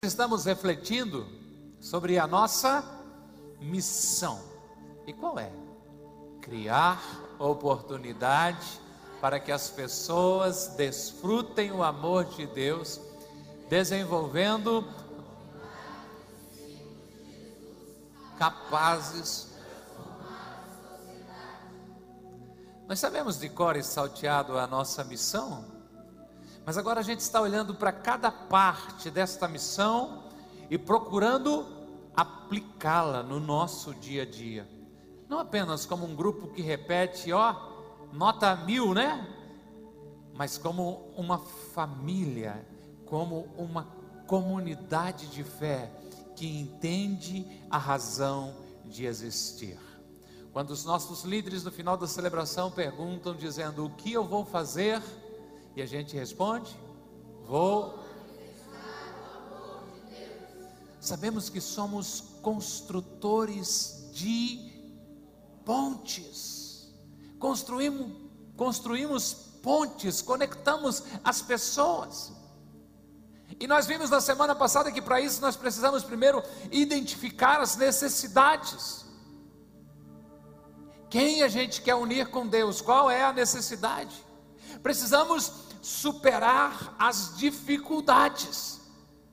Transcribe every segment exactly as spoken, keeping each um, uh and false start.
estamos refletindo sobre a nossa missão. E qual é? Criar oportunidade para que as pessoas desfrutem o amor de Deus, desenvolvendo capazes. Nós sabemos de cor e salteado a nossa missão, mas agora a gente está olhando para cada parte desta missão e procurando aplicá-la no nosso dia a dia. Não apenas como um grupo que repete, ó, nota mil, né? Mas como uma família, como uma comunidade de fé que entende a razão de existir. Quando os nossos líderes no final da celebração perguntam dizendo, o que eu vou fazer? E a gente responde, vou. Sabemos que somos construtores de pontes, construímos, construímos pontes, conectamos as pessoas. E nós vimos na semana passada que para isso nós precisamos primeiro identificar as necessidades. Quem a gente quer unir com Deus? Qual é a necessidade? Precisamos superar as dificuldades.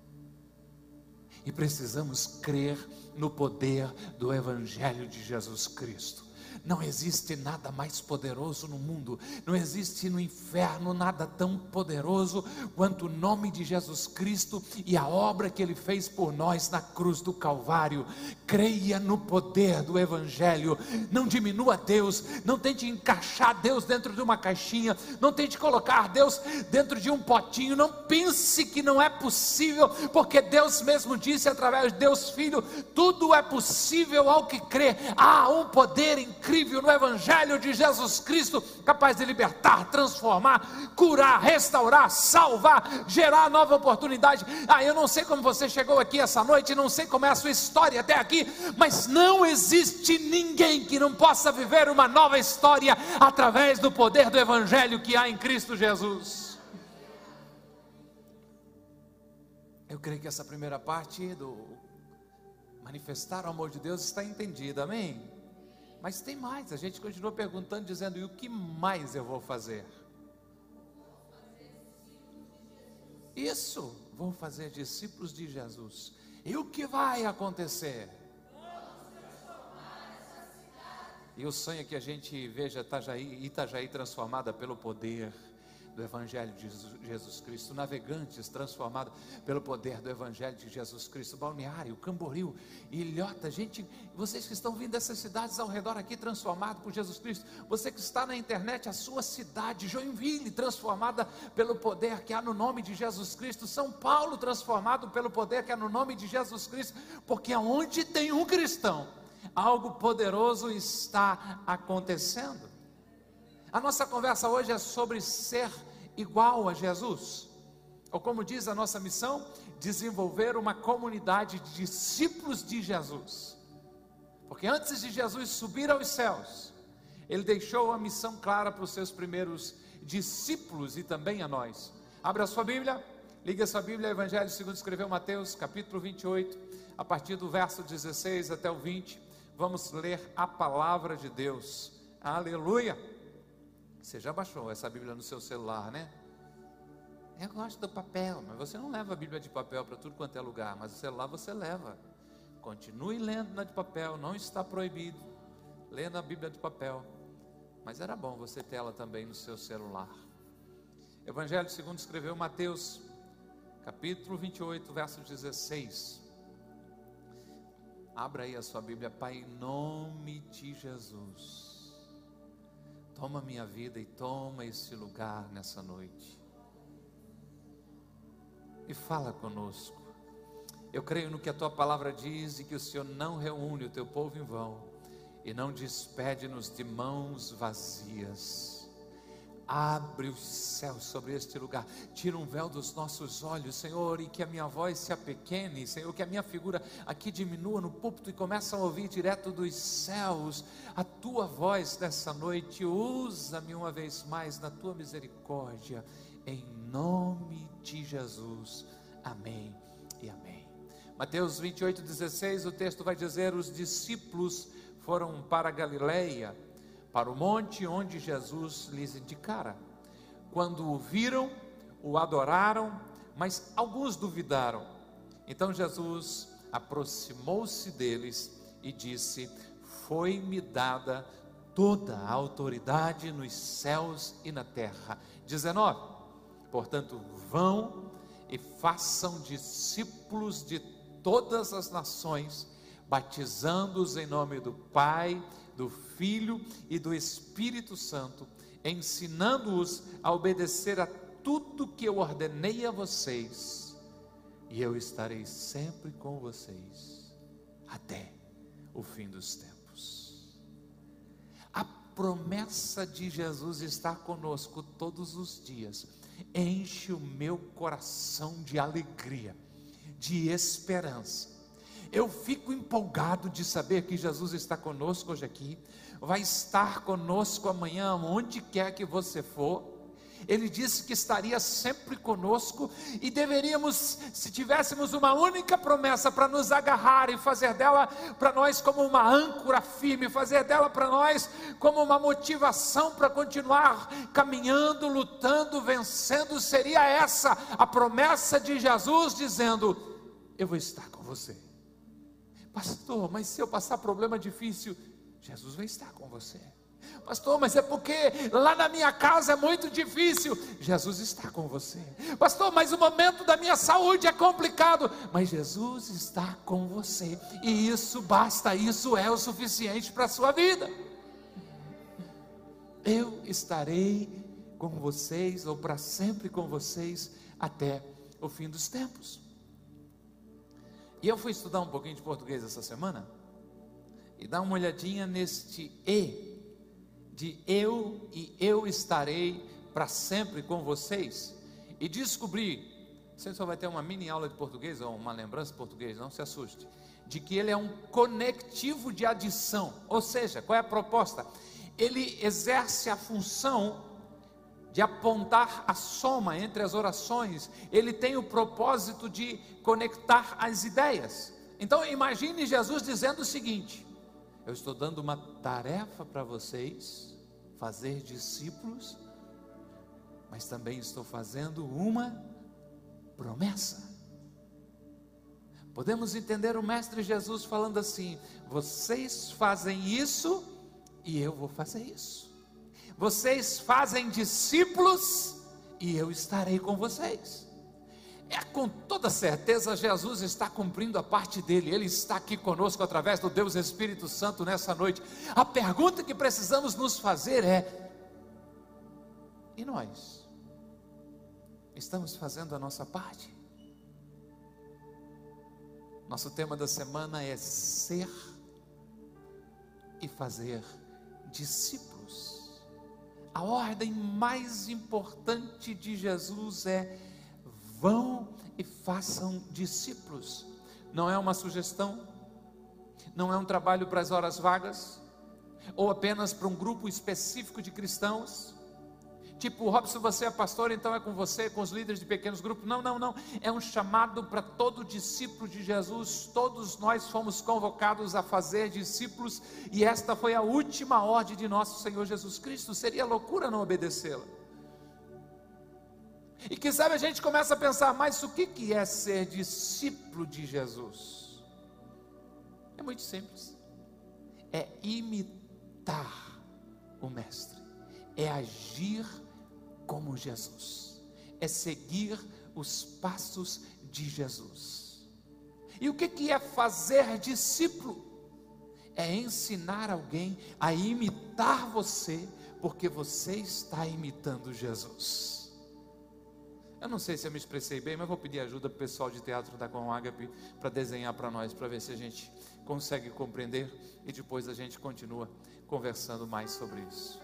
E precisamos crer no poder do Evangelho de Jesus Cristo. Não existe nada mais poderoso no mundo, não existe no inferno nada tão poderoso quanto o nome de Jesus Cristo e a obra que Ele fez por nós na cruz do Calvário. Creia no poder do Evangelho, não diminua Deus, não tente encaixar Deus dentro de uma caixinha, não tente colocar Deus dentro de um potinho, não pense que não é possível, porque Deus mesmo disse através de Deus Filho, tudo é possível ao que crê. Há um poder incrível no Evangelho de Jesus Cristo, capaz de libertar, transformar, curar, restaurar, salvar, gerar nova oportunidade. Ah, eu não sei como você chegou aqui essa noite, não sei como é a sua história até aqui, mas não existe ninguém que não possa viver uma nova história através do poder do Evangelho que há em Cristo Jesus. Eu creio que essa primeira parte do manifestar o amor de Deus está entendida, amém? Mas tem mais, a gente continua perguntando, dizendo, e o que mais eu vou fazer? Isso, vou fazer discípulos de Jesus. E o que vai acontecer? E o sonho é que a gente veja Itajaí, Itajaí transformada pelo poder do Evangelho de Jesus Cristo, Navegantes transformado pelo poder do Evangelho de Jesus Cristo, Balneário, Camboriú, Ilhota, gente, vocês que estão vindo dessas cidades ao redor aqui, transformado por Jesus Cristo, você que está na internet, a sua cidade, Joinville, transformada pelo poder que há no nome de Jesus Cristo, São Paulo, transformado pelo poder que há no nome de Jesus Cristo, porque onde tem um cristão, algo poderoso está acontecendo. A nossa conversa hoje é sobre ser igual a Jesus, ou como diz a nossa missão, desenvolver uma comunidade de discípulos de Jesus, porque antes de Jesus subir aos céus, Ele deixou a missão clara para os seus primeiros discípulos e também a nós. Abra a sua Bíblia, liga a sua Bíblia, Evangelho segundo escreveu Mateus, capítulo vinte e oito, a partir do verso dezesseis até o vinte, vamos ler a palavra de Deus, aleluia. Você já baixou essa Bíblia no seu celular, né? Eu gosto do papel, mas você não leva a Bíblia de papel para tudo quanto é lugar, mas o celular você leva. Continue lendo na de papel, não está proibido, lendo a Bíblia de papel, mas era bom você ter ela também no seu celular. Evangelho segundo escreveu Mateus, capítulo vinte e oito, verso dezesseis. Abra aí a sua Bíblia. Pai, em nome de Jesus, toma minha vida e toma esse lugar nessa noite. E fala conosco. Eu creio no que a tua palavra diz e que o Senhor não reúne o teu povo em vão e não despede-nos de mãos vazias. Abre o céu sobre este lugar, tira um véu dos nossos olhos, Senhor, e que a minha voz se apequene, Senhor, que a minha figura aqui diminua no púlpito e comece a ouvir direto dos céus a tua voz nessa noite. Usa-me uma vez mais na tua misericórdia, em nome de Jesus, amém e amém. Mateus vinte e oito, dezesseis, o texto vai dizer: os discípulos foram para Galileia, para o monte onde Jesus lhes indicara. Quando o viram, o adoraram, mas alguns duvidaram. Então Jesus aproximou-se deles e disse: foi-me dada toda a autoridade nos céus e na terra. dezenove. Portanto, vão e façam discípulos de todas as nações, batizando-os em nome do Pai, do Filho e do Espírito Santo, ensinando-os a obedecer a tudo que eu ordenei a vocês, e eu estarei sempre com vocês até o fim dos tempos. A promessa de Jesus está conosco todos os dias, enche o meu coração de alegria, de esperança. Eu fico empolgado de saber que Jesus está conosco hoje aqui, vai estar conosco amanhã, onde quer que você for. Ele disse que estaria sempre conosco, e deveríamos, se tivéssemos uma única promessa para nos agarrar e fazer dela para nós como uma âncora firme, fazer dela para nós como uma motivação para continuar caminhando, lutando, vencendo, seria essa a promessa de Jesus, dizendo: eu vou estar com você. Pastor, mas se eu passar problema difícil, Jesus vai estar com você. Pastor, mas é porque lá na minha casa é muito difícil. Jesus está com você. Pastor, mas o momento da minha saúde é complicado. Mas Jesus está com você. E isso basta, isso é o suficiente para a sua vida. Eu estarei com vocês, ou para sempre com vocês, até o fim dos tempos. E eu fui estudar um pouquinho de português essa semana, e dar uma olhadinha neste E, de eu e eu estarei para sempre com vocês, e descobri, você só vai ter uma mini aula de português, ou uma lembrança de português, não se assuste, de que ele é um conectivo de adição. Ou seja, qual é a proposta? Ele exerce a função de apontar a soma entre as orações, ele tem o propósito de conectar as ideias. Então imagine Jesus dizendo o seguinte: eu estou dando uma tarefa para vocês, fazer discípulos, mas também estou fazendo uma promessa. Podemos entender o Mestre Jesus falando assim: vocês fazem isso e eu vou fazer isso. Vocês fazem discípulos e eu estarei com vocês. É, com toda certeza Jesus está cumprindo a parte dele. Ele está aqui conosco através do Deus Espírito Santo nessa noite. A pergunta que precisamos nos fazer é: e nós? Estamos fazendo a nossa parte? Nosso tema da semana é ser e fazer discípulos. A ordem mais importante de Jesus é: vão e façam discípulos. Não é uma sugestão, não é um trabalho para as horas vagas, ou apenas para um grupo específico de cristãos, tipo, Robson, você é pastor, então é com você, com os líderes de pequenos grupos. Não, não, não, é um chamado para todo discípulo de Jesus. Todos nós fomos convocados a fazer discípulos, e esta foi a última ordem de nosso Senhor Jesus Cristo. Seria loucura não obedecê-la. E quem sabe a gente começa a pensar: mas o que que é ser discípulo de Jesus? É muito simples, é imitar o Mestre, é agir como Jesus, é seguir os passos de Jesus. E o que que é fazer discípulo? É ensinar alguém a imitar você, porque você está imitando Jesus. Eu não sei se eu me expressei bem, mas vou pedir ajuda para o pessoal de teatro da Com Ágape para desenhar para nós, para ver se a gente consegue compreender, e depois a gente continua conversando mais sobre isso.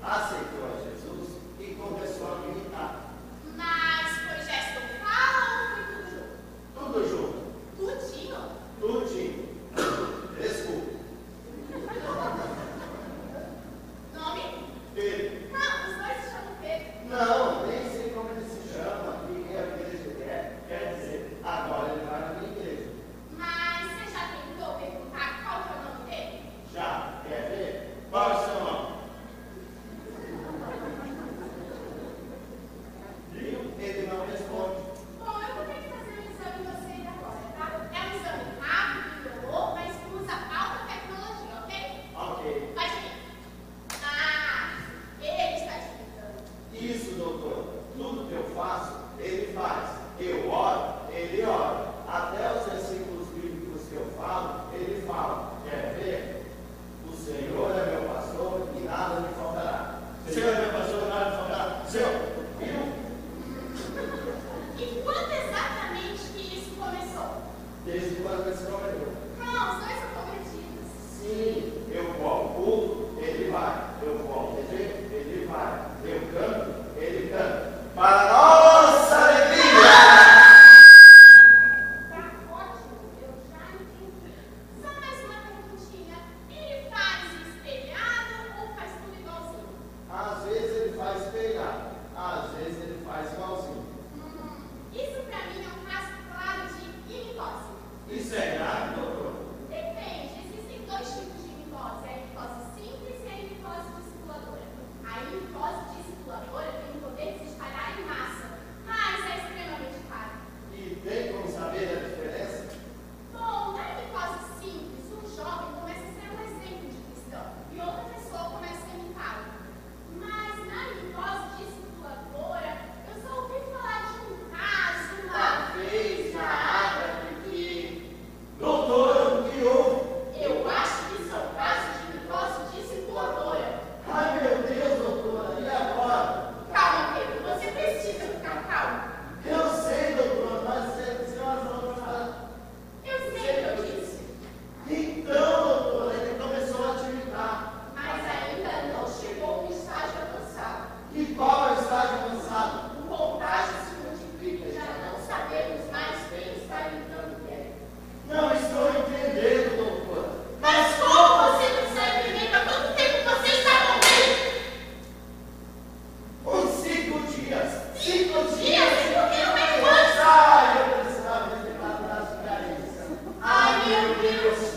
aceitou a Jesus e começou a militar. Mas foi gesto fala ou foi tudo junto? Tudo junto. Tudinho? Tudinho. Desculpa. Nome? Pedro. Não, os dois se chamam Pedro. Não, nem sei como ele se chama, quem é a igreja que é. Quer dizer, agora ele vai na minha igreja. Mas você já tentou perguntar qual que é o nome dele? Já, quer ver? Qual é o seu nome? Viu? Ele não responde. Bom, eu vou ter que fazer um exame em vocês agora, tá? É um exame rápido, indolor, mas que usa alta tecnologia, ok? Ok. Pode vir. Ah, ele está digitando. Isso, doutor. Tudo que eu faço, ele faz. Eu oro, ele ora. Até os versículos bíblicos que eu falo, ele fala. Quer ver? O Senhor é meu pastor e nada me faltará. O Senhor é meu pastor e nada me faltará. Senhor, viu? E quando exatamente que isso começou? Desde quando ele se converteu. Não, os dois são convertidos. Sim, eu vou ao culto, ele vai. Eu vou ao T V, ele vai. Eu canto, ele canta. Para nossa alegria! Tá ótimo, eu já entendi. Só mais uma perguntinha. Ele faz espelhado ou faz tudo igualzinho? Às vezes ele faz espelhado, às vezes ele faz igualzinho. Hum, isso pra mim é um caso claro de imitose. Isso é grave, doutor? Depende, existem dois tipos de imitose, a imitose simples e a imitose dissimuladora. A imitose dissimuladora tem o poder de se espalhar em massa, mas é extremamente raro. E tem como saber a diferença? Bom, na imitose simples, um jovem começa a ser um exemplo de cristão e outra pessoa começa a imitá-lo. Mas na imitose dissimuladora, eu só ouvi falar de um caso uma Vez na água que... Doutor, o que houve? Eu acho que isso é um caso de imitose dissimuladora. Ai, meu Deus, doutora, e agora? Calma, Pedro, você precisa ficar calmo. Eu sei, doutor, mas você tem razão de falar. Eu sei o que eu disse, Então, doutor, ele começou a te imitar. mas ainda não chegou no estágio avançado. E qual é o estágio avançado? O contágio se multiplica e já não sabemos mais quem está imitando quem. Não estou entendendo, doutora. Mas como você não está entendendo há quanto tempo você está com ele? Uns cinco dias. Cinco Cinco dias. dias? E por que não veio antes? Ai, eu precisava respeitar o braço de carência. Ai, meu Deus.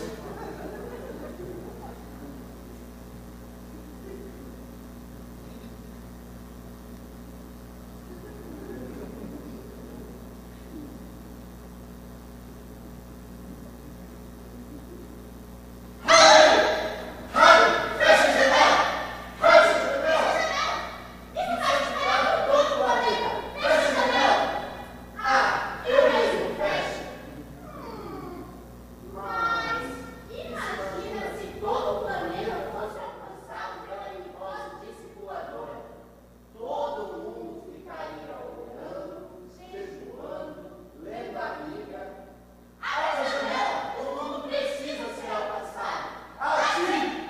Mas imagina se todo o planeta fosse alcançado pela imitose dissimuladora. Todo mundo ficaria orando, jejuando, lendo a Bíblia. Abra a janela, o mundo precisa ser alcançado. Assim!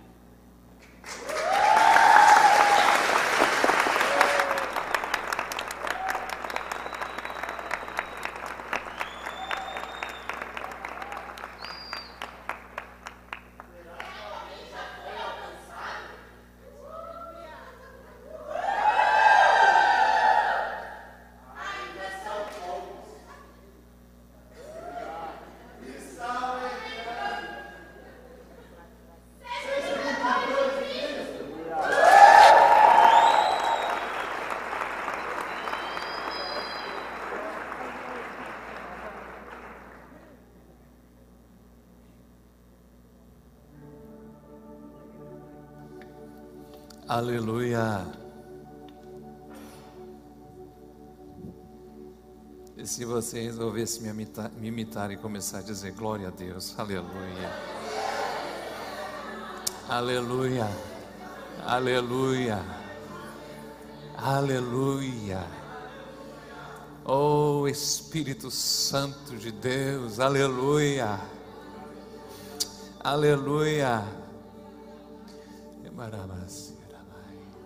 Realmente já foi alcançado. Ainda são poucos. Estão entrando. Seja imitador de Cristo. Aleluia. E se você resolvesse me imitar, me imitar e começar a dizer glória a Deus, aleluia. Aleluia. Aleluia. Aleluia. Oh Espírito Santo de Deus, aleluia. Aleluia.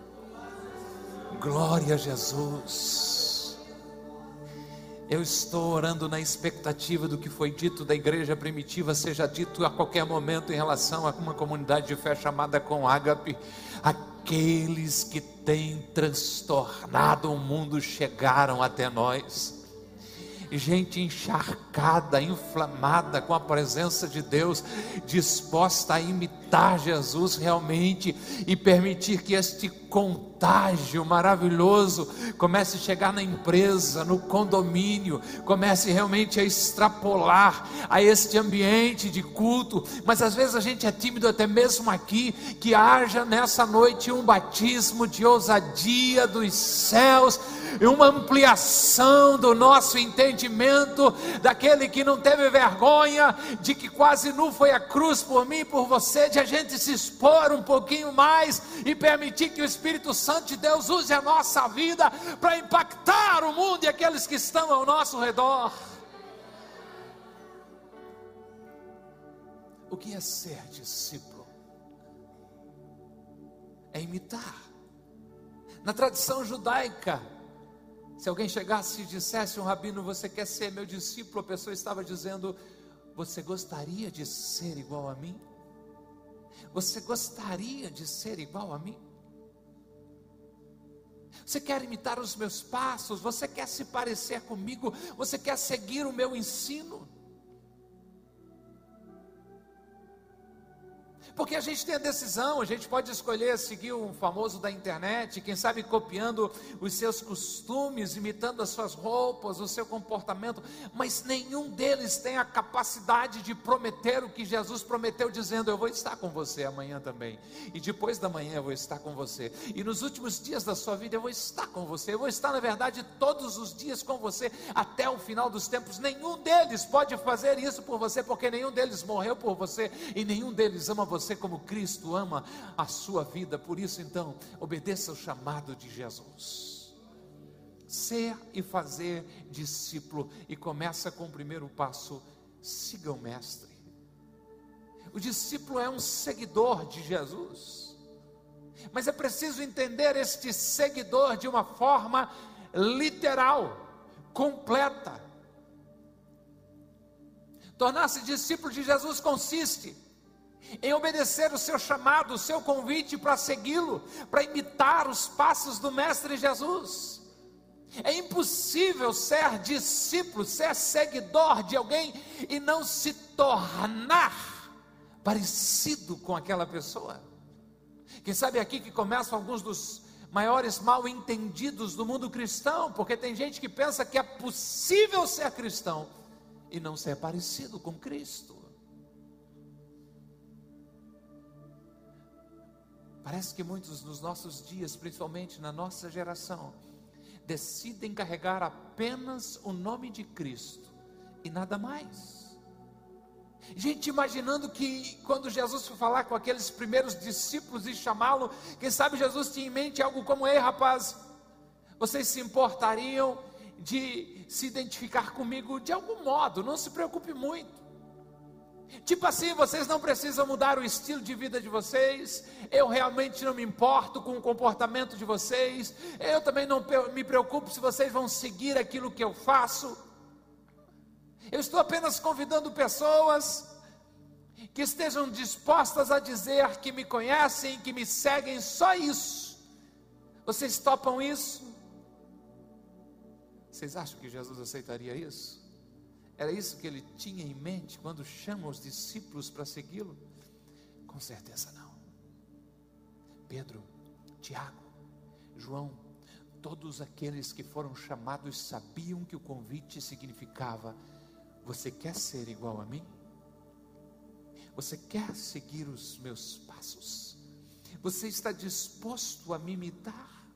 Glória a Jesus. Eu estou orando na expectativa do que foi dito da igreja primitiva seja dito a qualquer momento em relação a uma comunidade de fé chamada com Ágape. Aqueles que têm transtornado o mundo chegaram até nós. Gente encharcada, inflamada com a presença de Deus, disposta a imitar Jesus realmente e permitir que este contágio maravilhoso comece a chegar na empresa, no condomínio, comece realmente a extrapolar a este ambiente de culto. Mas às vezes a gente é tímido até mesmo aqui. Que haja nessa noite um batismo de ousadia dos céus, uma ampliação do nosso entendimento, daquele que não teve vergonha, de que quase nu foi a cruz por mim e por você, de a gente se expor um pouquinho mais e permitir que o Espírito Santo de Deus use a nossa vida para impactar o mundo e aqueles que estão ao nosso redor. O que é ser discípulo? É imitar. Na tradição judaica, se alguém chegasse e dissesse: um rabino, você quer ser meu discípulo? A pessoa estava dizendo: você gostaria de ser igual a mim? Você gostaria de ser igual a mim? Você quer imitar os meus passos? Você quer se parecer comigo? Você quer seguir o meu ensino? Porque a gente tem a decisão, a gente pode escolher seguir um famoso da internet, quem sabe copiando os seus costumes, imitando as suas roupas, o seu comportamento, mas nenhum deles tem a capacidade de prometer o que Jesus prometeu, dizendo: eu vou estar com você amanhã também, e depois da manhã eu vou estar com você, e nos últimos dias da sua vida eu vou estar com você, eu vou estar na verdade todos os dias com você, até o final dos tempos. Nenhum deles pode fazer isso por você, porque nenhum deles morreu por você, e nenhum deles ama você como Cristo ama a sua vida. Por isso então, obedeça o chamado de Jesus, ser e fazer discípulo, e começa com o primeiro passo: siga o mestre. O discípulo é um seguidor de Jesus, mas é preciso entender este seguidor de uma forma literal, completa. Tornar-se discípulo de Jesus consiste em obedecer o seu chamado, o seu convite para segui-lo, para imitar os passos do Mestre Jesus. É impossível ser discípulo, ser seguidor de alguém e não se tornar parecido com aquela pessoa. Quem sabe aqui que começam alguns dos maiores mal entendidos do mundo cristão, porque tem gente que pensa que é possível ser cristão e não ser parecido com Cristo. Parece que muitos nos nossos dias, principalmente na nossa geração, decidem carregar apenas o nome de Cristo e nada mais. Gente imaginando que quando Jesus foi falar com aqueles primeiros discípulos e chamá-lo, quem sabe Jesus tinha em mente algo como: ei rapaz, vocês se importariam de se identificar comigo de algum modo? Não se preocupe muito. Tipo assim, vocês não precisam mudar o estilo de vida de vocês, eu realmente não me importo com o comportamento de vocês, eu também não me preocupo se vocês vão seguir aquilo que eu faço. Eu estou apenas convidando pessoas que estejam dispostas a dizer que me conhecem, que me seguem, só isso. Vocês topam isso? Vocês acham que Jesus aceitaria isso? Era isso que ele tinha em mente quando chama os discípulos para segui-lo? Com certeza não. Pedro, Tiago, João, todos aqueles que foram chamados sabiam que o convite significava: você quer ser igual a mim? Você quer seguir os meus passos? Você está disposto a me imitar?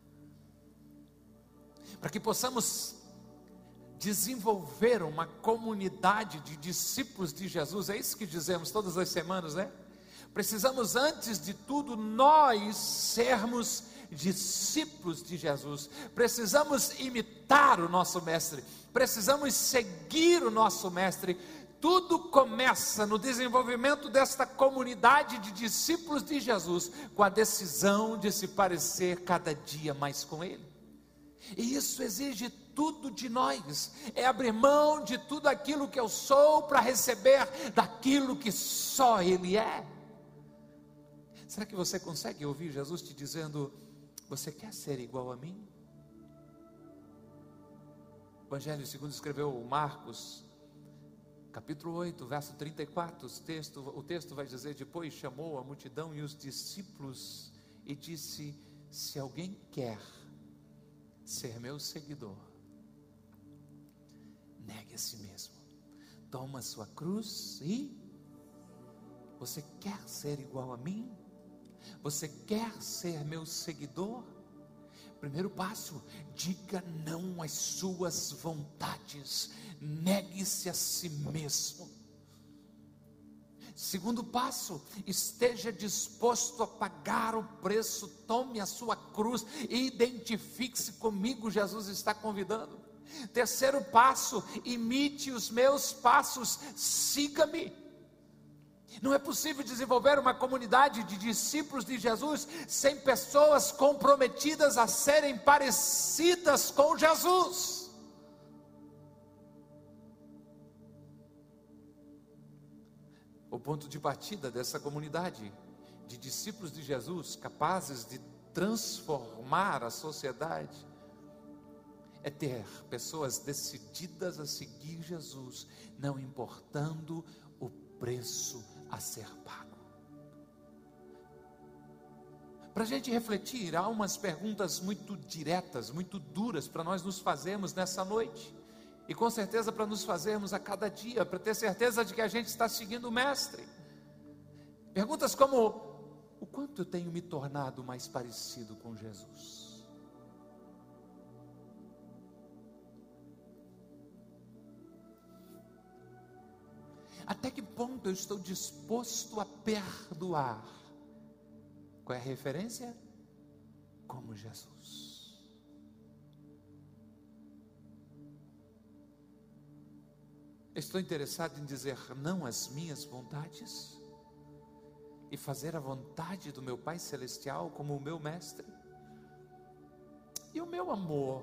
Para que possamos desenvolver uma comunidade de discípulos de Jesus, é isso que dizemos todas as semanas, né? Precisamos, antes de tudo, nós sermos discípulos de Jesus. Precisamos imitar o nosso mestre, precisamos seguir o nosso mestre. Tudo começa no desenvolvimento desta comunidade de discípulos de Jesus, com a decisão de se parecer cada dia mais com ele. E isso exige tudo de nós, é abrir mão de tudo aquilo que eu sou para receber daquilo que só Ele é. Será que você consegue ouvir Jesus te dizendo: você quer ser igual a mim? Evangelho segundo escreveu Marcos, capítulo oito, verso trinta e quatro, o texto, o texto vai dizer: depois chamou a multidão e os discípulos e disse: se alguém quer ser meu seguidor, negue a si mesmo, toma a sua cruz e... Você quer ser igual a mim? Você quer ser meu seguidor? Primeiro passo: diga não às suas vontades, negue-se a si mesmo. Segundo passo: esteja disposto a pagar o preço, tome a sua cruz e identifique-se comigo, Jesus está convidando. Terceiro passo: imite os meus passos, siga-me. Não é possível desenvolver uma comunidade de discípulos de Jesus sem pessoas comprometidas a serem parecidas com Jesus. O ponto de partida dessa comunidade de discípulos de Jesus, capazes de transformar a sociedade, é ter pessoas decididas a seguir Jesus, não importando o preço a ser pago. Para a gente refletir, há umas perguntas muito diretas, muito duras para nós nos fazermos nessa noite. E com certeza para nos fazermos a cada dia, para ter certeza de que a gente está seguindo o Mestre. Perguntas como: o quanto eu tenho me tornado mais parecido com Jesus? Até que ponto eu estou disposto a perdoar? Qual é a referência? Como Jesus. Estou interessado em dizer não às minhas vontades e fazer a vontade do meu Pai Celestial como o meu mestre. E o meu amor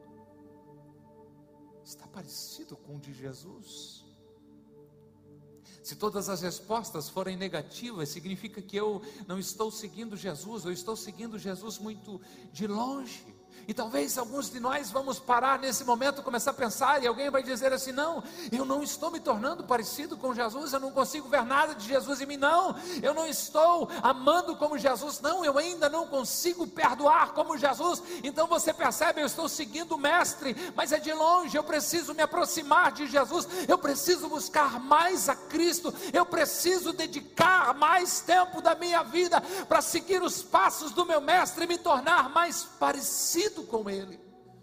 está parecido com o de Jesus? Se todas as respostas forem negativas, significa que eu não estou seguindo Jesus, eu estou seguindo Jesus muito de longe. E talvez alguns de nós vamos parar nesse momento, começar a pensar, e alguém vai dizer assim: não, eu não estou me tornando parecido com Jesus, eu não consigo ver nada de Jesus em mim, não, eu não estou amando como Jesus, não, eu ainda não consigo perdoar como Jesus. Então você percebe, eu estou seguindo o Mestre, mas é de longe, eu preciso me aproximar de Jesus, eu preciso buscar mais a Cristo, eu preciso dedicar mais tempo da minha vida para seguir os passos do meu Mestre e me tornar mais parecido com Ele.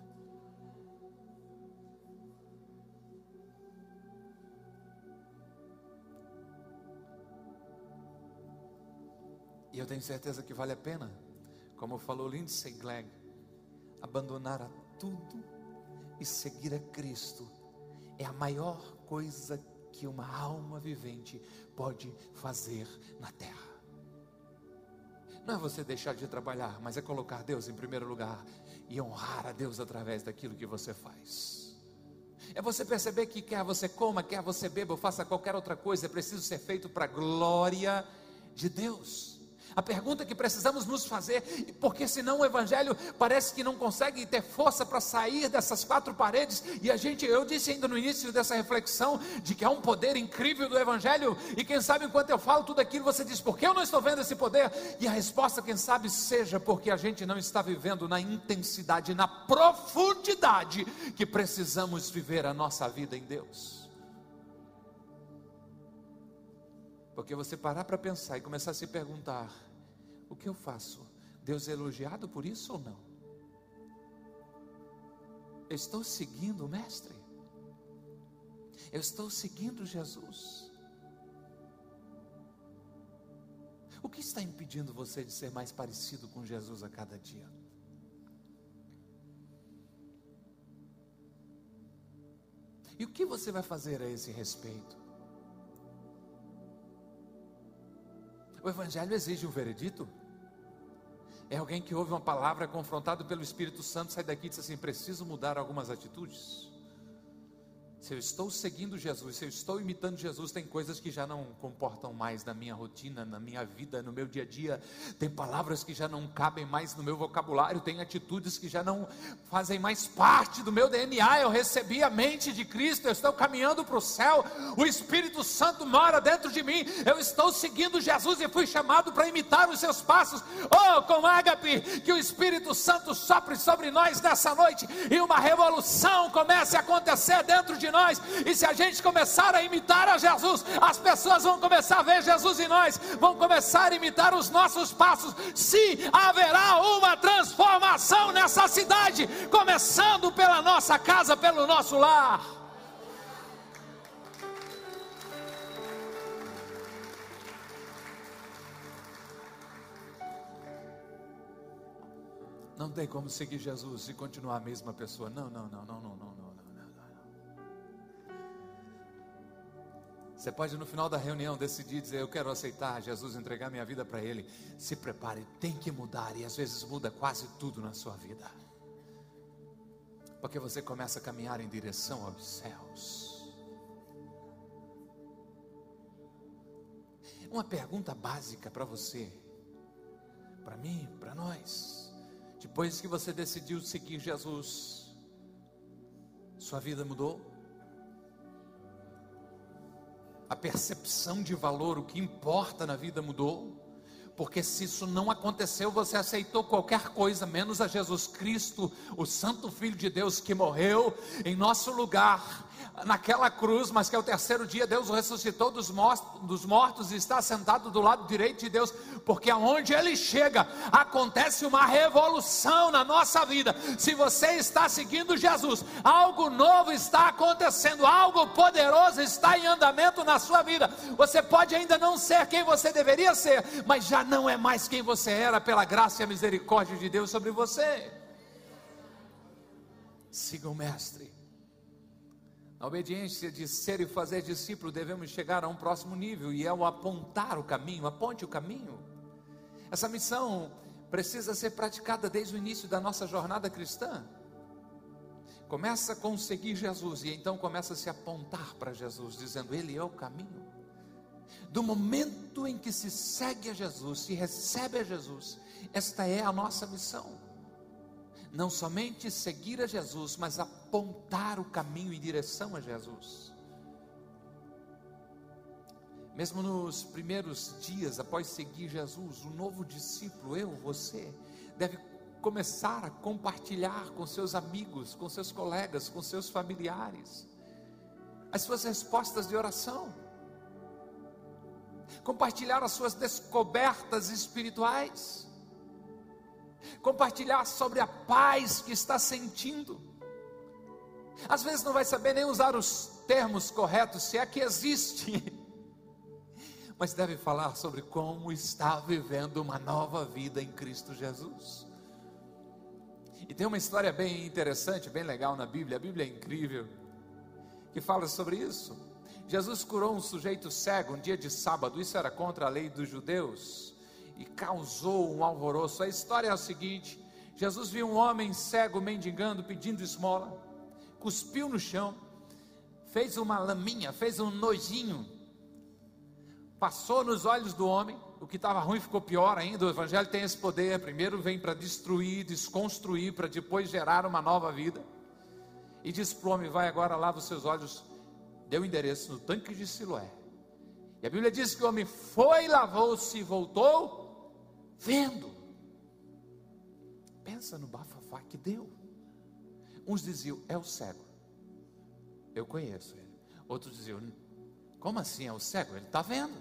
E eu tenho certeza que vale a pena, como falou Lindsay Glegg, abandonar a tudo e seguir a Cristo. É a maior coisa que uma alma vivente pode fazer na terra. Não é você deixar de trabalhar, mas é colocar Deus em primeiro lugar e honrar a Deus através daquilo que você faz. É você perceber que quer você coma, quer você beba ou faça qualquer outra coisa, é preciso ser feito para a glória de Deus. A pergunta que precisamos nos fazer, porque senão o Evangelho parece que não consegue ter força para sair dessas quatro paredes, e a gente, eu disse ainda no início dessa reflexão, de que há um poder incrível do Evangelho, e quem sabe enquanto eu falo tudo aquilo, você diz: por que eu não estou vendo esse poder? E a resposta, quem sabe, seja porque a gente não está vivendo na intensidade, na profundidade que precisamos viver a nossa vida em Deus. Porque você parar para pensar e começar a se perguntar: o que eu faço? Deus é elogiado por isso ou não? Eu estou seguindo o Mestre? Eu estou seguindo Jesus? O que está impedindo você de ser mais parecido com Jesus a cada dia? E o que você vai fazer a esse respeito? O Evangelho exige um veredito? É alguém que ouve uma palavra, é confrontado pelo Espírito Santo, sai daqui e diz assim: preciso mudar algumas atitudes. Se eu estou seguindo Jesus, se eu estou imitando Jesus, tem coisas que já não comportam mais na minha rotina, na minha vida, no meu dia a dia. Tem palavras que já não cabem mais no meu vocabulário, tem atitudes que já não fazem mais parte do meu D N A. Eu recebi a mente de Cristo, eu estou caminhando para o céu, o Espírito Santo mora dentro de mim, eu estou seguindo Jesus e fui chamado para imitar os seus passos. Oh, com ágape, que o Espírito Santo sopre sobre nós nessa noite e uma revolução comece a acontecer dentro de nós. E se a gente começar a imitar a Jesus, as pessoas vão começar a ver Jesus em nós, vão começar a imitar os nossos passos. Sim, haverá uma transformação nessa cidade, começando pela nossa casa, pelo nosso lar. Não tem como seguir Jesus e continuar a mesma pessoa. Não, não, não, não, não, não, não. Você pode no final da reunião decidir, dizer: eu quero aceitar Jesus, entregar minha vida para Ele. Se prepare, tem que mudar, e às vezes muda quase tudo na sua vida, porque você começa a caminhar em direção aos céus. Uma pergunta básica para você, para mim, para nós: depois que você decidiu seguir Jesus, sua vida mudou? A percepção de valor, o que importa na vida mudou? Porque se isso não aconteceu, você aceitou qualquer coisa menos a Jesus Cristo, o Santo Filho de Deus, que morreu em nosso lugar naquela cruz, mas que ao terceiro dia Deus o ressuscitou dos mortos, dos mortos e está sentado do lado direito de Deus, porque aonde Ele chega, acontece uma revolução na nossa vida. Se você está seguindo Jesus, algo novo está acontecendo, algo poderoso está em andamento na sua vida. Você pode ainda não ser quem você deveria ser, mas já não é mais quem você era, pela graça e a misericórdia de Deus sobre você. Siga o Mestre. Na obediência de ser e fazer discípulo, devemos chegar a um próximo nível, e é o apontar o caminho. Aponte o caminho. Essa missão precisa ser praticada desde o início da nossa jornada cristã. Começa com seguir Jesus, e então começa a se apontar para Jesus, dizendo: Ele é o caminho. Do momento em que se segue a Jesus, se recebe a Jesus, esta é a nossa missão. Não somente seguir a Jesus, mas apontar o caminho em direção a Jesus. Mesmo nos primeiros dias após seguir Jesus, o novo discípulo, eu, você, deve começar a compartilhar com seus amigos, com seus colegas, com seus familiares, as suas respostas de oração, compartilhar as suas descobertas espirituais, compartilhar sobre a paz que está sentindo. Às vezes não vai saber nem usar os termos corretos, se é que existe, mas deve falar sobre como está vivendo uma nova vida em Cristo Jesus. E tem uma história bem interessante, bem legal na Bíblia, a Bíblia é incrível, que fala sobre isso. Jesus curou um sujeito cego um dia de sábado, isso era contra a lei dos judeus, e causou um alvoroço. A história é a seguinte: Jesus viu um homem cego mendigando, pedindo esmola, cuspiu no chão, fez uma laminha, fez um nojinho, passou nos olhos do homem. O que estava ruim ficou pior ainda. O Evangelho tem esse poder: primeiro vem para destruir, desconstruir, para depois gerar uma nova vida. E disse para o homem: vai agora, lava os seus olhos. Deu o endereço no tanque de Siloé. E a Bíblia diz que o homem foi, lavou-se e voltou vendo. Pensa no bafafá que deu. Uns diziam: é o cego, eu conheço ele. Outros diziam: como assim é o cego? Ele está vendo.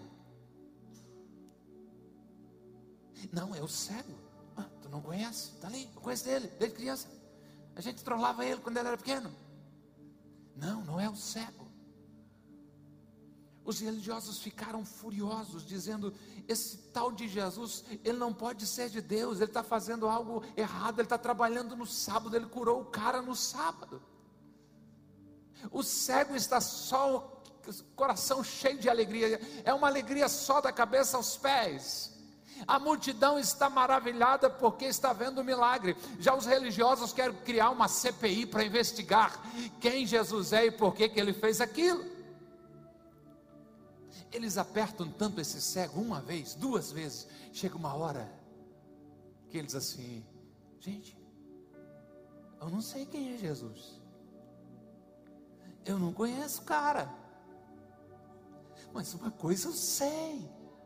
Não, é o cego. Ah, tu não conhece? Está ali, eu conheço ele, desde criança. A gente trollava ele quando ele era pequeno. Não, não é o cego. Os religiosos ficaram furiosos, dizendo: esse tal de Jesus, ele não pode ser de Deus, ele está fazendo algo errado, ele está trabalhando no sábado, ele curou o cara no sábado. O cego está só, o coração cheio de alegria, é uma alegria só da cabeça aos pés. A multidão está maravilhada porque está vendo o milagre. Já os religiosos querem criar uma C P I para investigar quem Jesus é e por que que ele fez aquilo. Eles apertam tanto esse cego uma vez, duas vezes, chega uma hora que eles assim: gente, eu não sei quem é Jesus, eu não conheço o cara, mas uma coisa eu sei,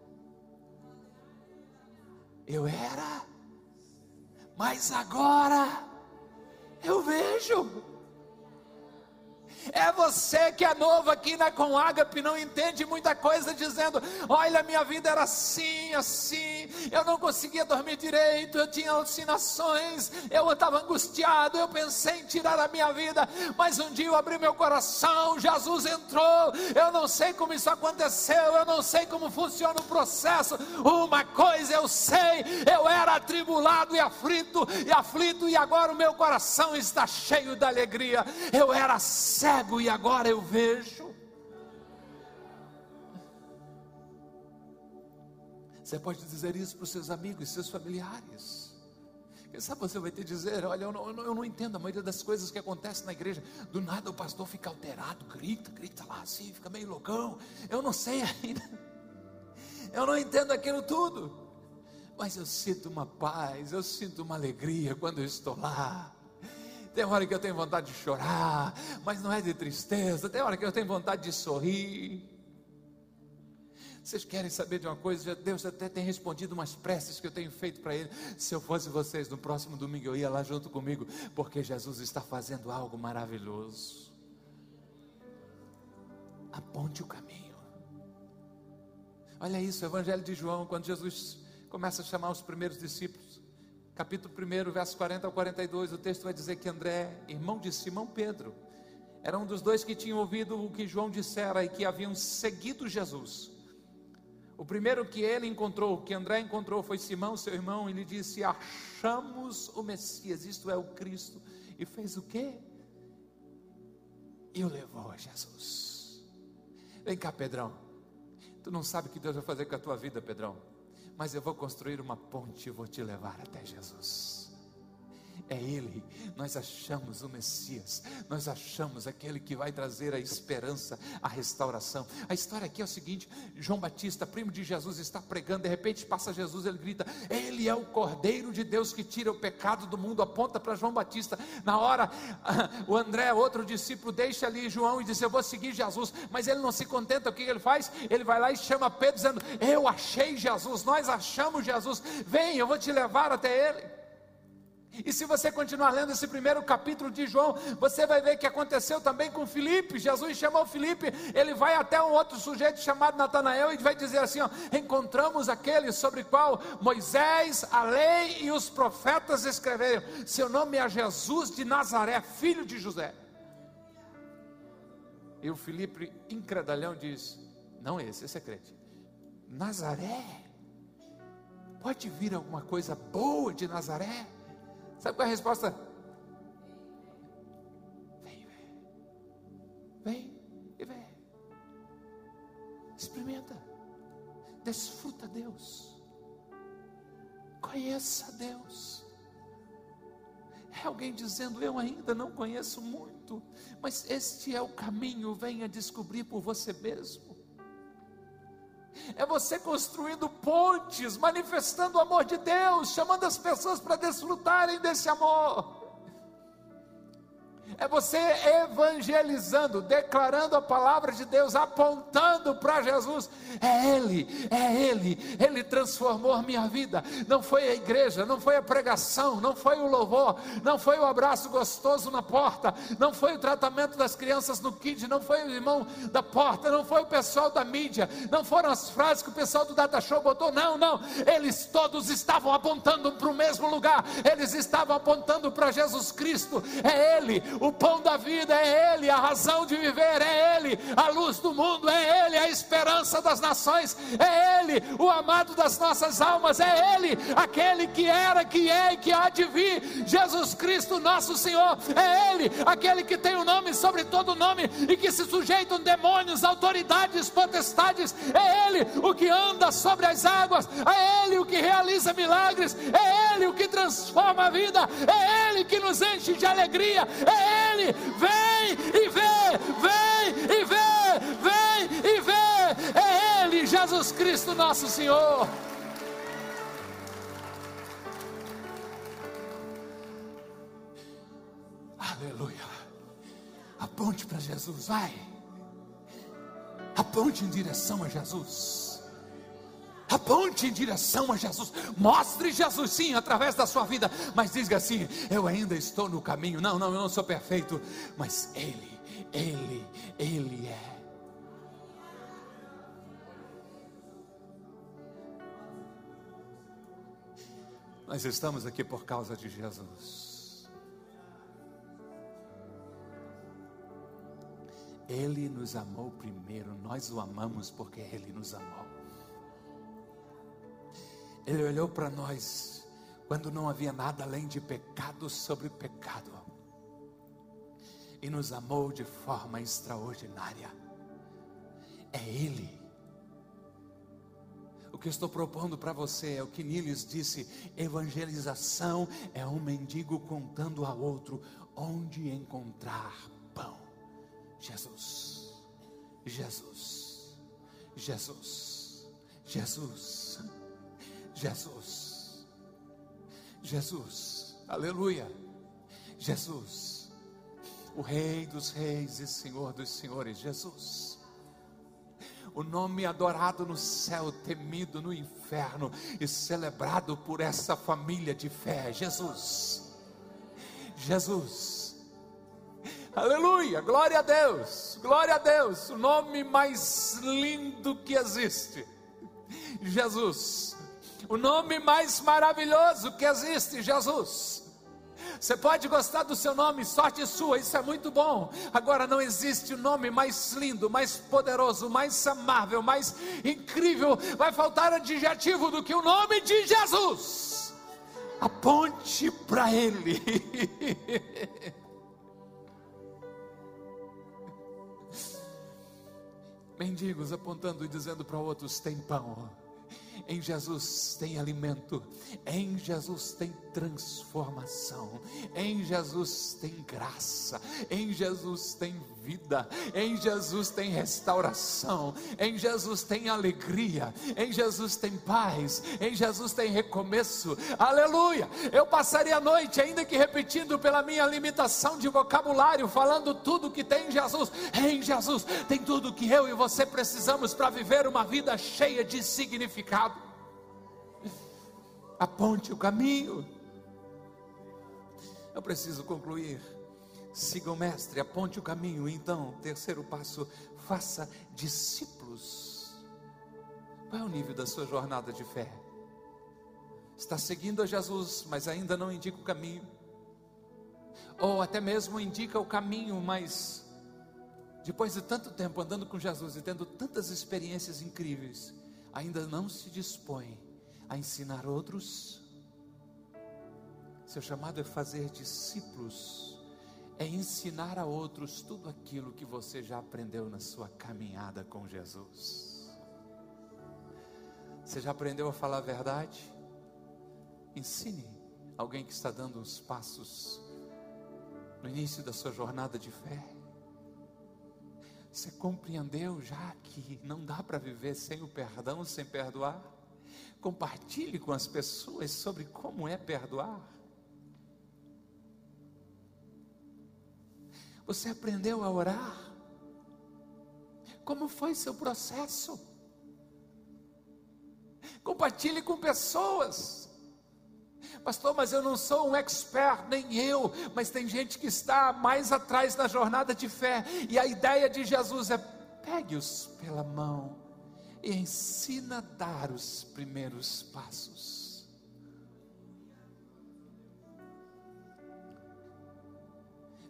eu era, mas agora eu vejo. É você que é novo aqui na Comágape, não entende muita coisa, dizendo: olha, minha vida era assim, assim, eu não conseguia dormir direito, eu tinha alucinações, eu estava angustiado, eu pensei em tirar a minha vida, mas um dia eu abri meu coração, Jesus entrou, eu não sei como isso aconteceu, eu não sei como funciona o processo, uma coisa eu sei, eu era atribulado e aflito, e aflito, e agora o meu coração está cheio de alegria, eu era cego e agora eu vejo. Você pode dizer isso para os seus amigos, seus familiares. Quem sabe você vai ter que dizer: olha, eu não, eu, não, eu não entendo a maioria das coisas que acontecem na igreja. Do nada o pastor fica alterado, grita, grita lá assim, fica meio loucão. Eu não sei ainda, eu não entendo aquilo tudo, mas eu sinto uma paz, eu sinto uma alegria quando eu estou lá. Tem hora que eu tenho vontade de chorar, mas não é de tristeza. Tem hora que eu tenho vontade de sorrir. Vocês querem saber de uma coisa? Deus até tem respondido umas preces que eu tenho feito para Ele. Se eu fosse vocês, no próximo domingo eu ia lá junto comigo, porque Jesus está fazendo algo maravilhoso. Aponte o caminho. Olha isso, o Evangelho de João, quando Jesus começa a chamar os primeiros discípulos, capítulo um, verso quarenta ao quarenta e dois, o texto vai dizer que André, irmão de Simão Pedro, era um dos dois que tinham ouvido o que João dissera e que haviam seguido Jesus. O primeiro que ele encontrou, que André encontrou, foi Simão, seu irmão, e lhe disse: achamos o Messias, isto é, o Cristo. E fez o quê? E o levou a Jesus. Vem cá, Pedrão, tu não sabe o que Deus vai fazer com a tua vida, Pedrão, mas eu vou construir uma ponte e vou te levar até Jesus. É Ele, nós achamos o Messias, nós achamos aquele que vai trazer a esperança, a restauração. A história aqui é o seguinte: João Batista, primo de Jesus, está pregando, de repente passa Jesus, ele grita: Ele é o Cordeiro de Deus que tira o pecado do mundo, aponta para João Batista. Na hora, o André, outro discípulo, deixa ali João e diz: eu vou seguir Jesus, mas ele não se contenta, o que ele faz? Ele vai lá e chama Pedro, dizendo: eu achei Jesus, nós achamos Jesus, vem, eu vou te levar até Ele. E se você continuar lendo esse primeiro capítulo de João, você vai ver que aconteceu também com Filipe. Jesus chamou Filipe, ele vai até um outro sujeito chamado Natanael e vai dizer assim: ó, encontramos aquele sobre o qual Moisés, a lei e os profetas escreveram, seu nome é Jesus de Nazaré, filho de José. E o Filipe, incredalhão, diz: não esse, esse é crente. Nazaré? Pode vir alguma coisa boa de Nazaré? Sabe qual é a resposta? Vem, vem, vem e vem. Experimenta, desfruta Deus, conheça Deus. É alguém dizendo: eu ainda não conheço muito, mas este é o caminho, venha descobrir por você mesmo. É você construindo pontes, manifestando o amor de Deus, chamando as pessoas para desfrutarem desse amor. É você evangelizando, declarando a palavra de Deus, apontando para Jesus. É Ele, é Ele, Ele transformou a minha vida. Não foi a igreja, não foi a pregação, não foi o louvor, não foi o abraço gostoso na porta, não foi o tratamento das crianças no kids, não foi o irmão da porta, não foi o pessoal da mídia, não foram as frases que o pessoal do Data Show botou, não, não, eles todos estavam apontando para o mesmo lugar, eles estavam apontando para Jesus Cristo. É Ele, o pão da vida é Ele, a razão de viver é Ele, a luz do mundo é Ele, a esperança das nações é Ele, o amado das nossas almas é Ele, aquele que era, que é e que há de vir, Jesus Cristo nosso Senhor, é Ele, aquele que tem o nome sobre todo nome, e que se sujeitam demônios, autoridades, potestades, é Ele o que anda sobre as águas, é Ele o que realiza milagres, é Ele o que transforma a vida, é Ele que nos enche de alegria, é Ele, vem e vê, vem e vê, vem e vê, é Ele, Jesus Cristo nosso Senhor. Aleluia. Aponte para Jesus, vai. Aponte em direção a Jesus. Aponte em direção a Jesus. Mostre Jesus sim através da sua vida, mas diga assim: eu ainda estou no caminho. Não, não, eu não sou perfeito, mas Ele, Ele, Ele é. Nós estamos aqui por causa de Jesus. Ele nos amou primeiro, nós o amamos porque Ele nos amou. Ele olhou para nós quando não havia nada além de pecado sobre pecado, e nos amou de forma extraordinária. É Ele. O que eu estou propondo para você é o que Niles disse: evangelização é um mendigo contando ao outro onde encontrar pão. Jesus, Jesus, Jesus, Jesus, Jesus, Jesus, aleluia, Jesus, o Rei dos Reis e Senhor dos Senhores, Jesus, o nome adorado no céu, temido no inferno e celebrado por essa família de fé, Jesus, Jesus. Aleluia, glória a Deus, glória a Deus, o nome mais lindo que existe, Jesus, o nome mais maravilhoso que existe, Jesus. Você pode gostar do seu nome, sorte sua, isso é muito bom. Agora não existe o nome mais lindo, mais poderoso, mais amável, mais incrível, vai faltar adjetivo do que o nome de Jesus. Aponte para Ele. Mendigos apontando e dizendo para outros: tem pão, em Jesus tem alimento, em Jesus tem transformação, em Jesus tem graça, em Jesus tem vida, em Jesus tem restauração, em Jesus tem alegria, em Jesus tem paz, em Jesus tem recomeço, aleluia. Eu passaria a noite ainda que repetindo pela minha limitação de vocabulário, falando tudo que tem em Jesus. Em Jesus tem tudo que eu e você precisamos para viver uma vida cheia de significado. Aponte o caminho. Eu preciso concluir. Siga o mestre, aponte o caminho. Então, terceiro passo: faça discípulos. Qual é o nível da sua jornada de fé? Está seguindo a Jesus, mas ainda não indica o caminho, ou até mesmo indica o caminho, mas depois de tanto tempo andando com Jesus e tendo tantas experiências incríveis, ainda não se dispõe a ensinar outros. Seu chamado é fazer discípulos, é ensinar a outros tudo aquilo que você já aprendeu na sua caminhada com Jesus. Você já aprendeu a falar a verdade? Ensine alguém que está dando uns passos no início da sua jornada de fé. Você compreendeu já que não dá para viver sem o perdão, sem perdoar? Compartilhe com as pessoas sobre como é perdoar. Você aprendeu a orar? Como foi seu processo? Compartilhe com pessoas. Pastor, mas eu não sou um expert, nem eu, mas tem gente que está mais atrás da jornada de fé, e a ideia de Jesus é: pegue-os pela mão e ensina a dar os primeiros passos.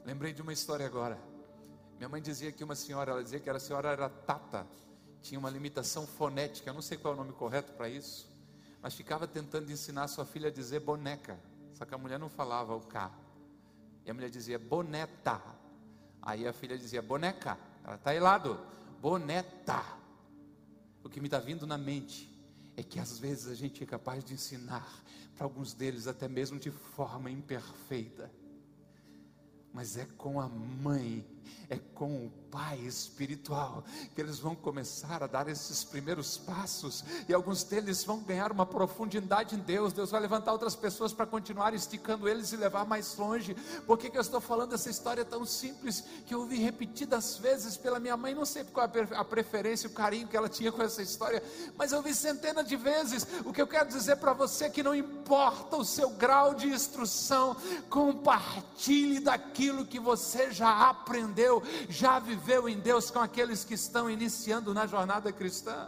Lembrei de uma história agora. Minha mãe dizia que uma senhora, ela dizia que a senhora era Tata, tinha uma limitação fonética, eu não sei qual é o nome correto para isso, mas ficava tentando ensinar sua filha a dizer boneca, só que a mulher não falava o K, e a mulher dizia boneta, aí a filha dizia boneca, ela está aí lado, boneta. O que me está vindo na mente é que às vezes a gente é capaz de ensinar para alguns deles até mesmo de forma imperfeita, mas é com a mãe, é com o pai espiritual que eles vão começar a dar esses primeiros passos, e alguns deles vão ganhar uma profundidade em Deus. Deus vai levantar outras pessoas para continuar esticando eles e levar mais longe. Por que que eu estou falando essa história tão simples, que eu ouvi repetidas vezes pela minha mãe? Não sei qual a preferência, o carinho que ela tinha com essa história, mas eu ouvi centenas de vezes. O que eu quero dizer para você é que não importa o seu grau de instrução, compartilhe daquilo que você já aprendeu, já viveu em Deus, com aqueles que estão iniciando na jornada cristã.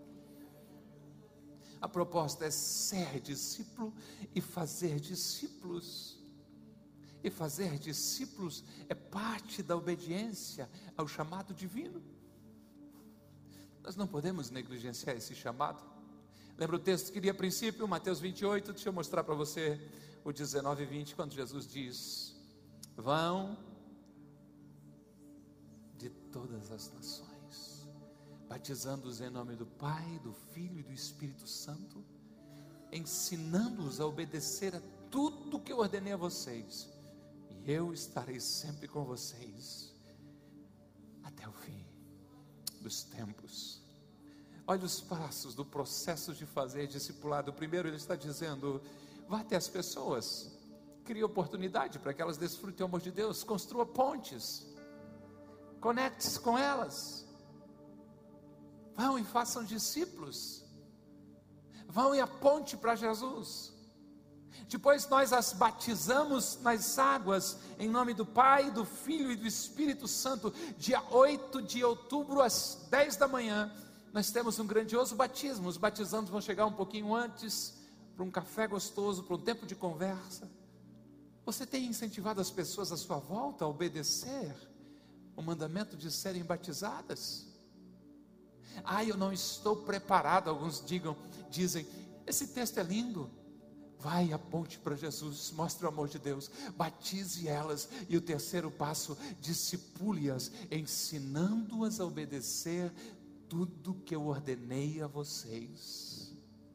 A proposta é ser discípulo e fazer discípulos. E fazer discípulos é parte da obediência ao chamado divino. Nós não podemos negligenciar esse chamado. Lembra o texto que li a princípio, Mateus vinte e oito, deixa eu mostrar para você o dezenove e vinte, quando Jesus diz: vão de todas as nações, batizando-os em nome do Pai, do Filho e do Espírito Santo, ensinando-os a obedecer a tudo que eu ordenei a vocês, e eu estarei sempre com vocês até o fim dos tempos. Olha os passos do processo de fazer discipulado. Primeiro ele está dizendo: vá até as pessoas, crie oportunidade para que elas desfrutem o amor de Deus, construa pontes, conecte-se com elas, vão e façam discípulos, vão e aponte para Jesus. Depois nós as batizamos nas águas, em nome do Pai, do Filho e do Espírito Santo. Dia oito de outubro, às dez da manhã, nós temos um grandioso batismo. Os batizandos vão chegar um pouquinho antes, para um café gostoso, para um tempo de conversa. Você tem incentivado as pessoas à sua volta a obedecer o mandamento de serem batizadas? Ah, eu não estou preparado. Alguns digam, dizem, esse texto é lindo. Vai, aponte para Jesus, mostre o amor de Deus, batize elas. E o terceiro passo, discipule-as, ensinando-as a obedecer tudo que eu ordenei a vocês.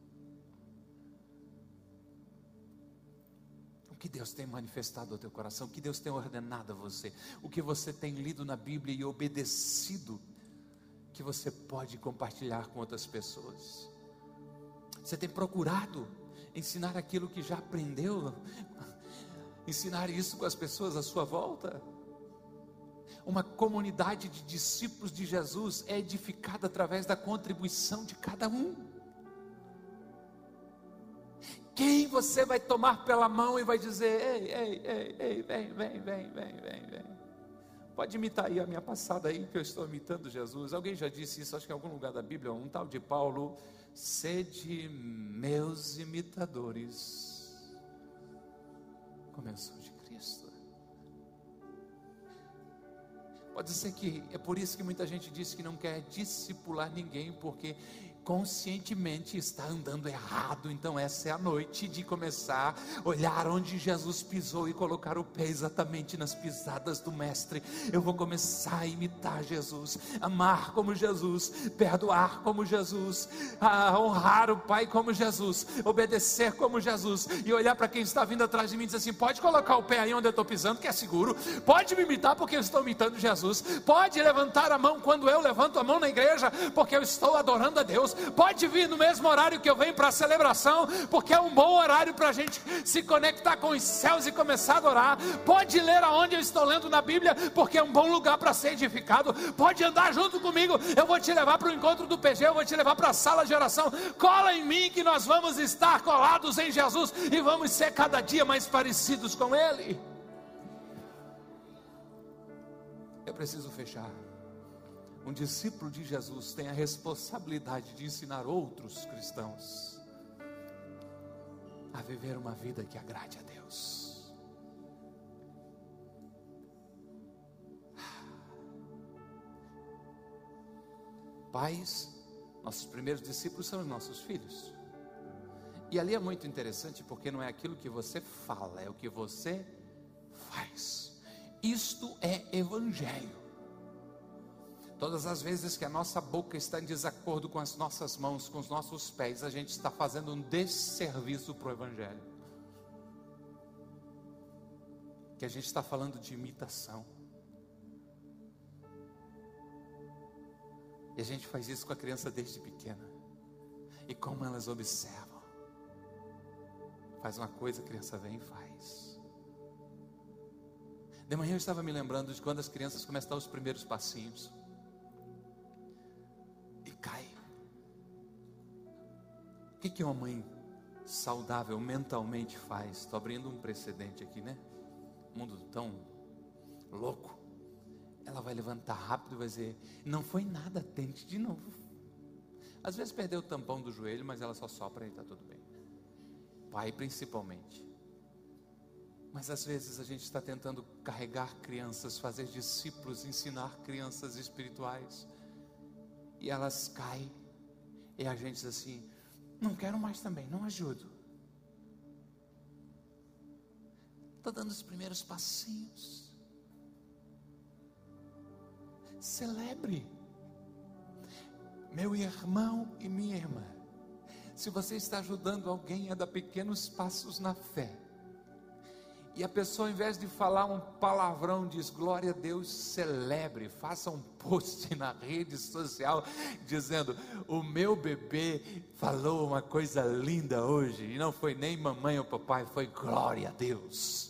O que Deus tem manifestado ao teu coração, o que Deus tem ordenado a você, o que você tem lido na Bíblia e obedecido, que você pode compartilhar com outras pessoas. Você tem procurado ensinar aquilo que já aprendeu, ensinar isso com as pessoas à sua volta? Uma comunidade de discípulos de Jesus é edificada através da contribuição de cada um. Quem você vai tomar pela mão e vai dizer: ei, ei, ei, ei, vem, vem, vem, vem, vem, vem. Pode imitar aí a minha passada aí, que eu estou imitando Jesus. Alguém já disse isso, acho que em algum lugar da Bíblia, um tal de Paulo: sede meus imitadores, como eu sou de Cristo. Pode ser que é por isso que muita gente diz que não quer discipular ninguém, porque conscientemente está andando errado. Então essa é a noite de começar a olhar onde Jesus pisou e colocar o pé exatamente nas pisadas do mestre. Eu vou começar a imitar Jesus, amar como Jesus, perdoar como Jesus, a honrar o Pai como Jesus, obedecer como Jesus, e olhar para quem está vindo atrás de mim e dizer assim: pode colocar o pé aí onde eu estou pisando, que é seguro. Pode me imitar porque eu estou imitando Jesus. Pode levantar a mão quando eu levanto a mão na igreja, porque eu estou adorando a Deus. Pode vir no mesmo horário que eu venho para a celebração, porque é um bom horário para a gente se conectar com os céus e começar a adorar. Pode ler aonde eu estou lendo na Bíblia, porque é um bom lugar para ser edificado. Pode andar junto comigo, eu vou te levar para o encontro do P G, eu vou te levar para a sala de oração. Cola em mim que nós vamos estar colados em Jesus e vamos ser cada dia mais parecidos com Ele. Eu preciso fechar. Um discípulo de Jesus tem a responsabilidade de ensinar outros cristãos a viver uma vida que agrade a Deus. Pais, nossos primeiros discípulos são os nossos filhos. E ali é muito interessante, porque não é aquilo que você fala, é o que você faz. Isto é evangelho. Todas as vezes que a nossa boca está em desacordo com as nossas mãos, com os nossos pés, a gente está fazendo um desserviço para o evangelho. Que a gente está falando de imitação. E a gente faz isso com a criança desde pequena. E como elas observam. Faz uma coisa, a criança vem e faz. De manhã eu estava me lembrando de quando as crianças começam a dar os primeiros passinhos. E cai. O que que uma mãe saudável mentalmente faz? Estou abrindo um precedente aqui, né? Mundo tão louco. Ela vai levantar rápido e vai dizer: não foi nada, tente de novo. Às vezes perdeu o tampão do joelho, mas ela só sopra e está tudo bem. Pai principalmente. Mas às vezes a gente está tentando carregar crianças, fazer discípulos, ensinar crianças espirituais, e elas caem, e a gente diz assim: não quero mais também, não ajudo. Estou dando os primeiros passinhos. Celebre. Meu irmão e minha irmã, se você está ajudando alguém a dar pequenos passos na fé, e a pessoa, ao invés de falar um palavrão, diz glória a Deus, celebre, faça um post na rede social dizendo: o meu bebê falou uma coisa linda hoje, e não foi nem mamãe ou papai, foi glória a Deus.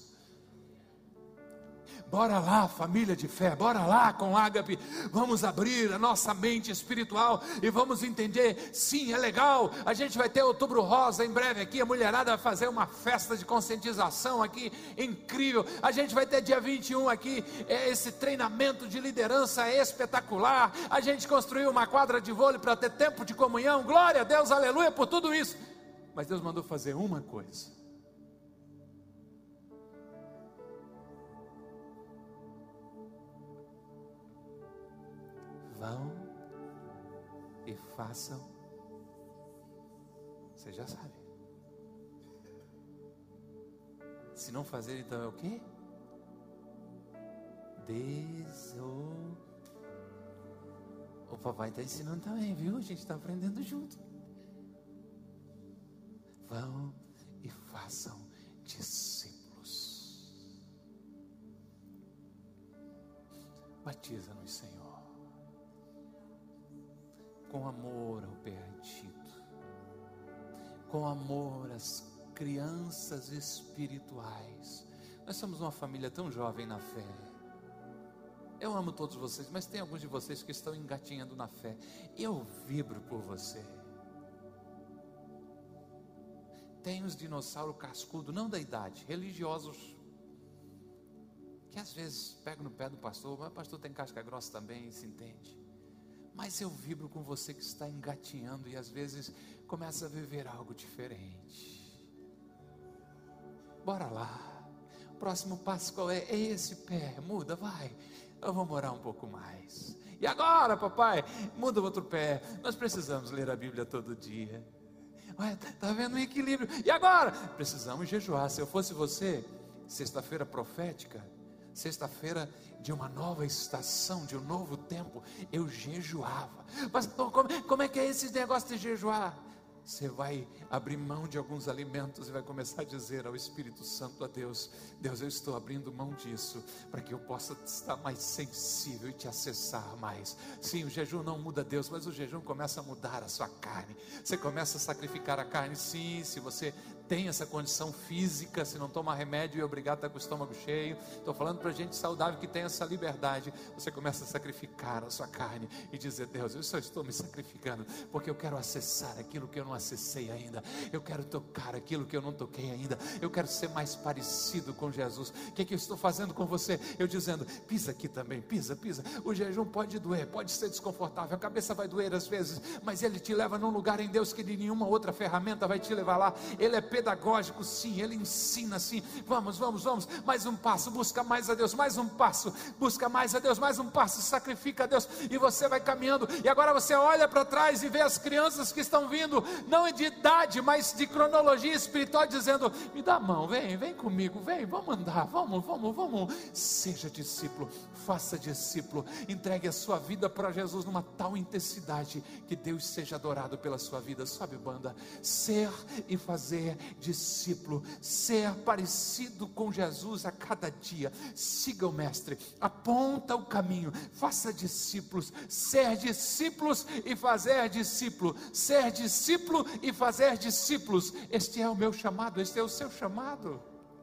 Bora lá, família de fé, bora lá com Ágape, vamos abrir a nossa mente espiritual e vamos entender, sim, é legal, a gente vai ter Outubro Rosa em breve aqui, a mulherada vai fazer uma festa de conscientização aqui, incrível, a gente vai ter dia vinte e um aqui, é, esse treinamento de liderança espetacular, a gente construiu uma quadra de vôlei para ter tempo de comunhão, glória a Deus, aleluia por tudo isso, mas Deus mandou fazer uma coisa: vão e façam. Você já sabe. Se não fazer, então é o quê? Deso... O papai está ensinando também, viu? A gente está aprendendo junto. Vão e façam discípulos. Batiza-nos, Senhor, com amor ao perdido, com amor às crianças espirituais. Nós somos uma família tão jovem na fé. Eu amo todos vocês, mas tem alguns de vocês que estão engatinhando na fé. Eu vibro por você. Tem os dinossauros cascudo, não da idade, religiosos, que às vezes pegam no pé do pastor, mas o pastor tem casca grossa também, se entende. Mas eu vibro com você que está engatinhando e às vezes começa a viver algo diferente. Bora lá. O próximo passo qual é? É esse pé, muda, vai. Eu vou morar um pouco mais. E agora, papai, muda o outro pé. Nós precisamos ler a Bíblia todo dia. Ué, tá vendo o equilíbrio? E agora? Precisamos jejuar. Se eu fosse você, sexta-feira profética, sexta-feira de uma nova estação, de um novo tempo, eu jejuava. Pastor, como, como é que é esse negócio de jejuar? Você vai abrir mão de alguns alimentos e vai começar a dizer ao Espírito Santo, a Deus: Deus, eu estou abrindo mão disso, para que eu possa estar mais sensível e te acessar mais. Sim, o jejum não muda Deus, mas o jejum começa a mudar a sua carne. Você começa a sacrificar a carne, sim, se você tem essa condição física, se não toma remédio e é obrigado a estar com o estômago cheio. Estou falando para gente saudável que tem essa liberdade. Você começa a sacrificar a sua carne e dizer: Deus, eu só estou me sacrificando porque eu quero acessar aquilo que eu não acessei ainda, eu quero tocar aquilo que eu não toquei ainda, eu quero ser mais parecido com Jesus. O que é que eu estou fazendo com você? Eu dizendo: pisa aqui também, pisa, pisa. O jejum pode doer, pode ser desconfortável, a cabeça vai doer às vezes, mas ele te leva num lugar em Deus que de nenhuma outra ferramenta vai te levar lá. Ele é pedagógico, sim, ele ensina sim, vamos, vamos, vamos, mais um passo, busca mais a Deus, mais um passo, busca mais a Deus, mais um passo, sacrifica a Deus, e você vai caminhando, e agora você olha para trás e vê as crianças que estão vindo, não de idade, mas de cronologia espiritual, dizendo, me dá a mão, vem, vem comigo, vem, vamos andar, vamos, vamos, vamos, seja discípulo, faça discípulo, entregue a sua vida para Jesus numa tal intensidade, que Deus seja adorado pela sua vida. Sobe, banda. Ser e fazer discípulo, ser parecido com Jesus a cada dia. Siga o mestre, aponta o caminho, faça discípulos, ser discípulos e fazer discípulo, ser discípulo e fazer discípulos. Este é o meu chamado, este é o seu chamado.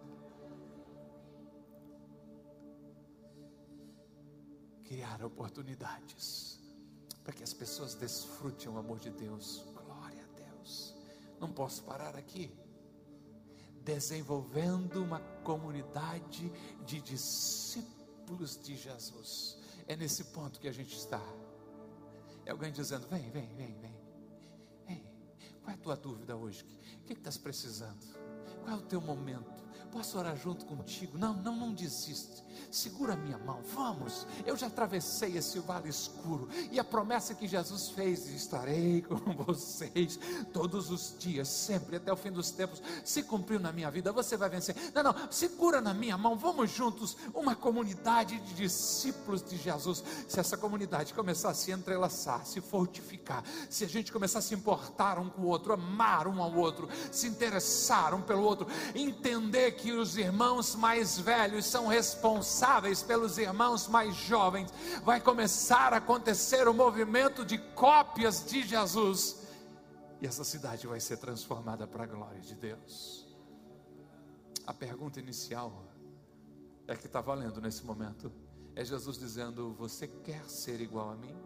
Criar oportunidades para que as pessoas desfrutem o amor de Deus. Glória a Deus. Não posso parar aqui. Desenvolvendo uma comunidade de discípulos de Jesus. É nesse ponto que a gente está. É alguém dizendo, vem, vem, vem, vem. Vem. Qual é a tua dúvida hoje? O que estás precisando? Qual é o teu momento? Posso orar junto contigo? Não, não, não desiste. Segura a minha mão, vamos. Eu já atravessei esse vale escuro, e a promessa que Jesus fez, estarei com vocês todos os dias, sempre, até o fim dos tempos, se cumpriu na minha vida. Você vai vencer. Não, não, segura na minha mão, vamos juntos. Uma comunidade de discípulos de Jesus. Se essa comunidade começar a se entrelaçar, se fortificar, se a gente começar a se importar um com o outro, amar um ao outro, se interessar um pelo outro, entender que os irmãos mais velhos são responsáveis pelos irmãos mais jovens, vai começar a acontecer um movimento de cópias de Jesus, e essa cidade vai ser transformada para a glória de Deus. A pergunta inicial é que está valendo nesse momento, é Jesus dizendo, você quer ser igual a mim?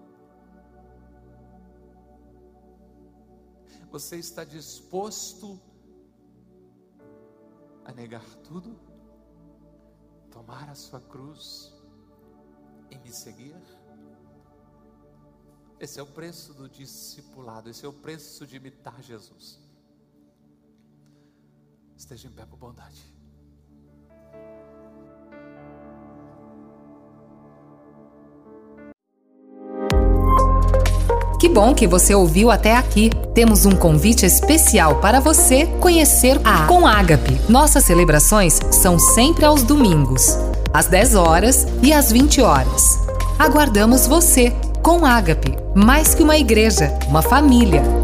Você está disposto a negar tudo, tomar a sua cruz e me seguir? Esse é o preço do discipulado, esse é o preço de imitar Jesus. Esteja em pé por bondade. Que bom que você ouviu até aqui. Temos um convite especial para você conhecer a Com Ágape. Nossas celebrações são sempre aos domingos, às dez horas e às vinte horas. Aguardamos você. Com Ágape, mais que uma igreja, uma família.